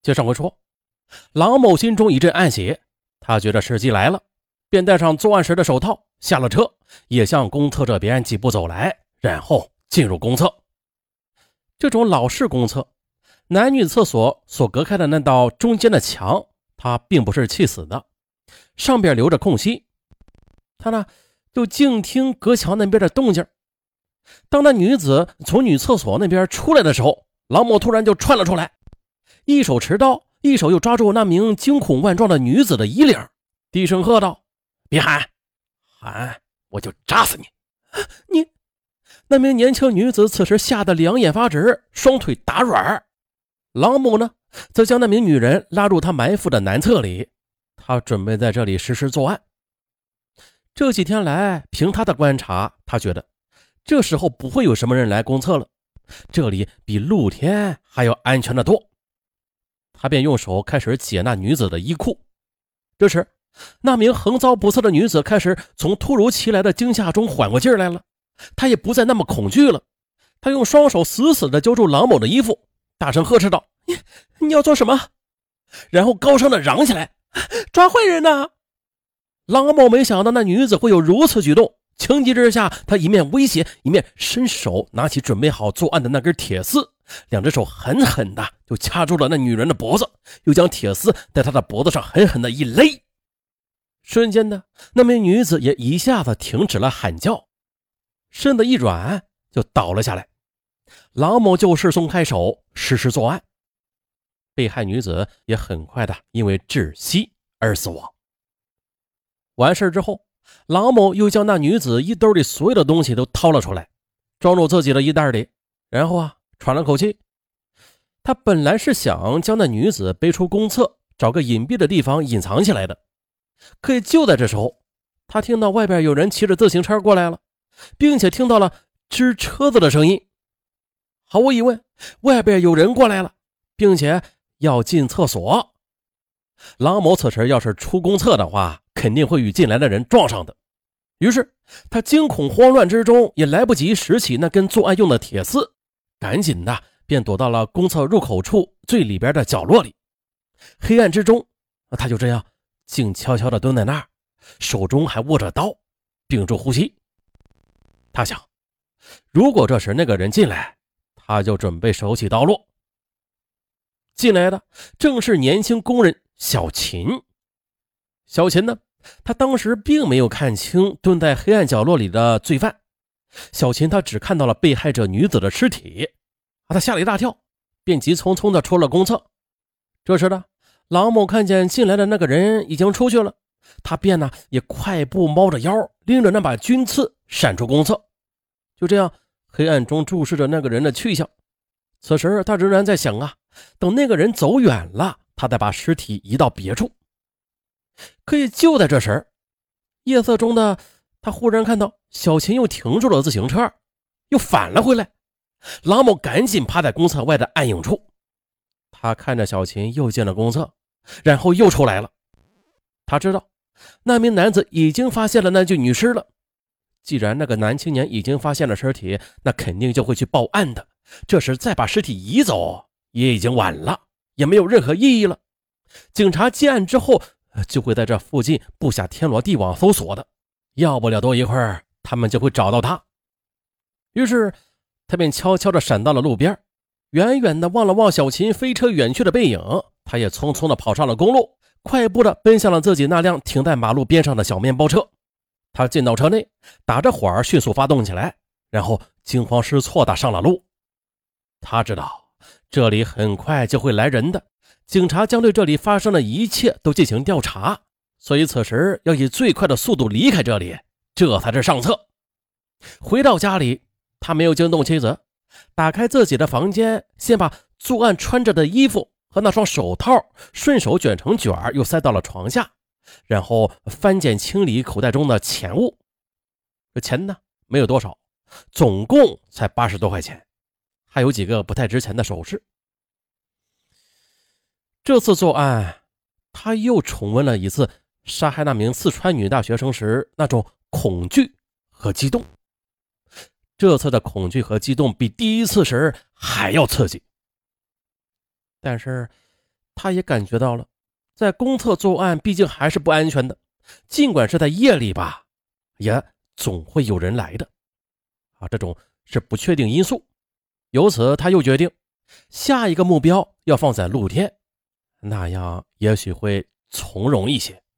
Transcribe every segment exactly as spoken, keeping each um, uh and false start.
接上回说，郎某心中一阵暗喜，他觉得时机来了，便戴上作案时的手套，下了车，也向公厕这边几步走来，然后进入公厕。这种老式公厕，男女厕所所隔开的那道中间的墙，它并不是砌死的，上边留着空隙。他呢就静听隔墙那边的动静。当那女子从女厕所那边出来的时候，郎某突然就窜了出来，一手持刀，一手又抓住那名惊恐万状的女子的衣领，低声喝道：别喊，喊我就扎死你！你！那名年轻女子此时吓得两眼发直，双腿打软。郎某呢则将那名女人拉入他埋伏的男厕里，他准备在这里实施作案。这几天来，凭他的观察，他觉得这时候不会有什么人来公厕了，这里比露天还要安全的多。他便用手开始解那女子的衣裤。这时那名横遭不测的女子开始从突如其来的惊吓中缓过劲来了，她也不再那么恐惧了。她用双手死死地揪住郎某的衣服，大声呵斥道：你你要做什么？然后高声地嚷起来：抓坏人呢！郎某没想到那女子会有如此举动，情急之下，他一面威胁，一面伸手拿起准备好作案的那根铁丝，两只手狠狠的就掐住了那女人的脖子，又将铁丝在她的脖子上狠狠的一勒。瞬间的，那名女子也一下子停止了喊叫，身子一软就倒了下来。郎某就是松开手实施作案，被害女子也很快的因为窒息而死亡。完事之后，郎某又将那女子衣兜里所有的东西都掏了出来，装入自己的衣袋里，然后啊喘了口气。他本来是想将那女子背出公厕，找个隐蔽的地方隐藏起来的。可以就在这时候，他听到外边有人骑着自行车过来了，并且听到了吱车子的声音。毫无疑问，外边有人过来了，并且要进厕所。郎某此时要是出公厕的话，肯定会与进来的人撞上的。于是他惊恐慌乱之中，也来不及拾起那根作案用的铁丝，赶紧的便躲到了公厕入口处最里边的角落里。黑暗之中，他就这样静悄悄地蹲在那儿，手中还握着刀，屏住呼吸。他想，如果这时那个人进来，他就准备手起刀落。进来的正是年轻工人小秦。小秦呢，他当时并没有看清蹲在黑暗角落里的罪犯。小秦他只看到了被害者女子的尸体，他吓了一大跳，便急匆匆地出了公厕。这时呢，郎某看见进来的那个人已经出去了，他便呢也快步猫着腰，拎着那把军刺闪出公厕。就这样，黑暗中注视着那个人的去向。此时他仍然在想啊，等那个人走远了，他再把尸体移到别处。可以就在这时，夜色中的他忽然看到小秦又停住了自行车，又返了回来。郎某赶紧趴在公厕外的暗影处，他看着小秦又进了公厕，然后又出来了。他知道那名男子已经发现了那具女尸了，既然那个男青年已经发现了尸体，那肯定就会去报案的。这时再把尸体移走也已经晚了，也没有任何意义了。警察接案之后就会在这附近布下天罗地网搜索的，要不了多一会儿他们就会找到他。于是他便悄悄地闪到了路边，远远地望了望小秦飞车远去的背影，他也匆匆地跑上了公路，快步地奔向了自己那辆停在马路边上的小面包车。他进到车内，打着火迅速发动起来，然后惊慌失措地上了路。他知道这里很快就会来人的，警察将对这里发生的一切都进行调查，所以此时要以最快的速度离开这里，这才是上策。回到家里，他没有惊动妻子，打开自己的房间，先把作案穿着的衣服和那双手套顺手卷成卷，又塞到了床下，然后翻检清理口袋中的钱物。这钱呢没有多少，总共才八十多块钱，还有几个不太值钱的首饰。这次作案，他又重温了一次杀害那名四川女大学生时那种恐惧和激动。这次的恐惧和激动比第一次时还要刺激。但是他也感觉到了，在公厕作案毕竟还是不安全的，尽管是在夜里吧，也总会有人来的啊，这种是不确定因素。由此他又决定下一个目标要放在露天，那样也许会从容一些。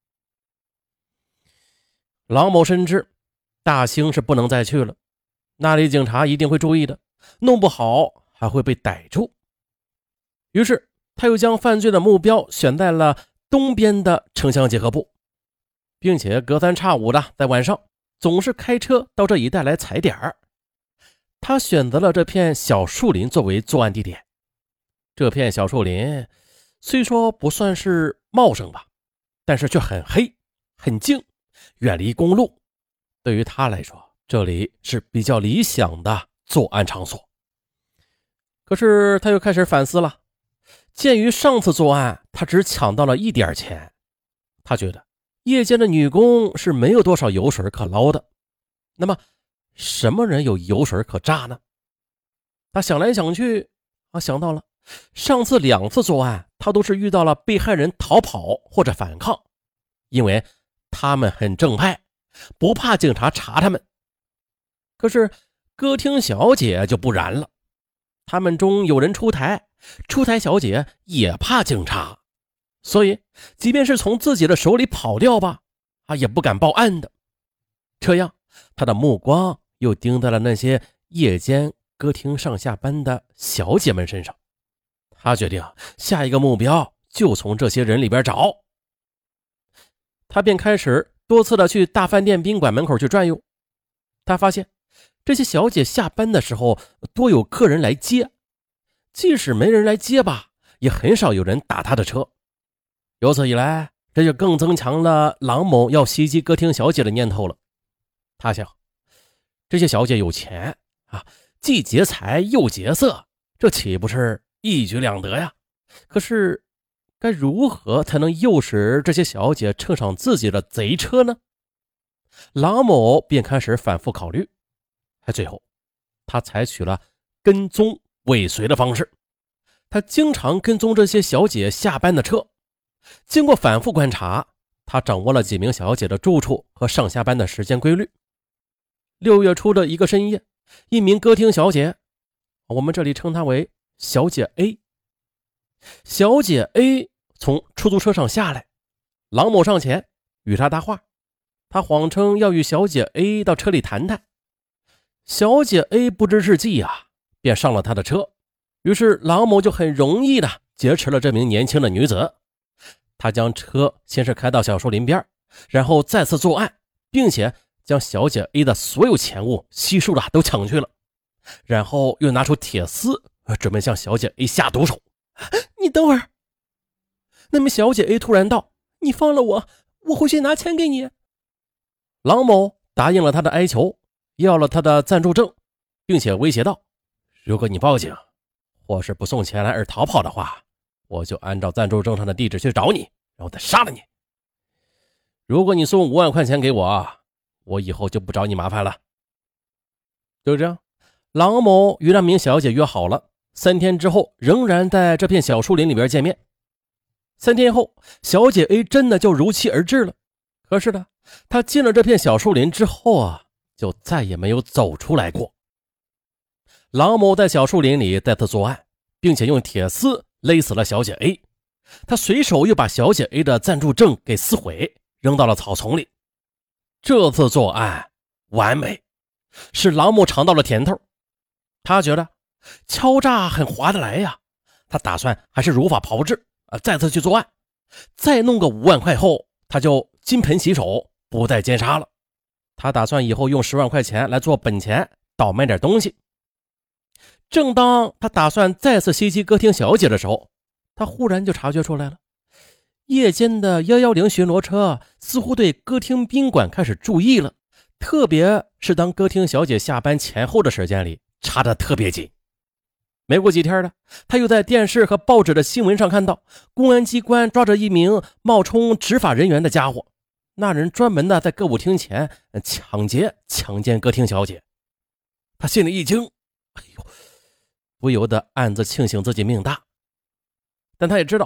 郎某深知大兴是不能再去了，那里警察一定会注意的，弄不好还会被逮住。于是他又将犯罪的目标选在了东边的城乡结合部，并且隔三差五的在晚上总是开车到这一带来踩点儿。他选择了这片小树林作为作案地点。这片小树林虽说不算是茂盛吧，但是却很黑很静，远离公路，对于他来说这里是比较理想的作案场所。可是他又开始反思了，鉴于上次作案他只抢到了一点钱，他觉得夜间的女工是没有多少油水可捞的，那么什么人有油水可榨呢？他想来想去啊，想到了上次两次作案，他都是遇到了被害人逃跑或者反抗，因为他们很正派，不怕警察查他们。可是歌厅小姐就不然了，他们中有人出台，出台小姐也怕警察，所以即便是从自己的手里跑掉吧，啊，也不敢报案的。这样他的目光又盯在了那些夜间歌厅上下班的小姐们身上。他决定下一个目标就从这些人里边找。他便开始多次的去大饭店宾馆门口去转悠。他发现这些小姐下班的时候多有客人来接，即使没人来接吧，也很少有人打他的车。由此以来，这就更增强了郎某要袭击歌厅小姐的念头了。他想，这些小姐有钱啊，既劫财又劫色，这岂不是一举两得呀？可是该如何才能诱使这些小姐乘上自己的贼车呢？郎某便开始反复考虑，最后他采取了跟踪尾随的方式。他经常跟踪这些小姐下班的车，经过反复观察，他掌握了几名小姐的住处和上下班的时间规律。六月初的一个深夜，一名歌厅小姐，我们这里称她为小姐 A。 小姐 A 从出租车上下来，郎某上前与她搭话，他谎称要与小姐 A 到车里谈谈。小姐 A 不知是计啊，便上了他的车。于是郎某就很容易的劫持了这名年轻的女子。他将车先是开到小树林边，然后再次作案，并且将小姐 A 的所有钱物悉数的都抢去了，然后又拿出铁丝准备向小姐 A 下毒手。你等会儿！那名小姐 A 突然道，你放了我，我回去拿钱给你。郎某答应了他的哀求，要了他的暂住证，并且威胁道，如果你报警或是不送钱来而逃跑的话，我就按照暂住证上的地址去找你，然后再杀了你。如果你送五万块钱给我，我以后就不找你麻烦了。就这样，郎某与那名小姐约好了，三天之后仍然在这片小树林里边见面。三天后，小姐 A 真的就如期而至了。可是呢，她进了这片小树林之后啊，就再也没有走出来过。郎某在小树林里再次作案，并且用铁丝勒死了小姐 A。 他随手又把小姐 A 的暂住证给撕毁，扔到了草丛里。这次作案完美，使郎某尝到了甜头。他觉得敲诈很划得来呀，他打算还是如法炮制，再次去作案，再弄个五万块后，他就金盆洗手，不再奸杀了。他打算以后用十万块钱来做本钱，倒卖点东西。正当他打算再次袭击歌厅小姐的时候，他忽然就察觉出来了，夜间的一一零巡逻车似乎对歌厅宾馆开始注意了，特别是当歌厅小姐下班前后的时间里，查得特别紧。没过几天呢，他又在电视和报纸的新闻上看到公安机关抓着一名冒充执法人员的家伙，那人专门的在歌舞厅前抢劫强奸歌厅小姐。他心里一惊，哎呦，不由得暗自庆幸自己命大。但他也知道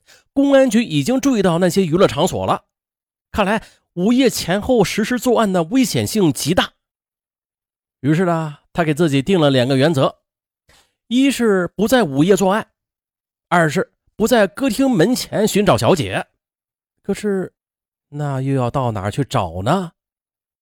公安局已经注意到那些娱乐场所了，看来午夜前后实施作案的危险性极大。于是呢，他给自己定了两个原则：一是不在午夜作案，二是不在歌厅门前寻找小姐。可是那又要到哪儿去找呢？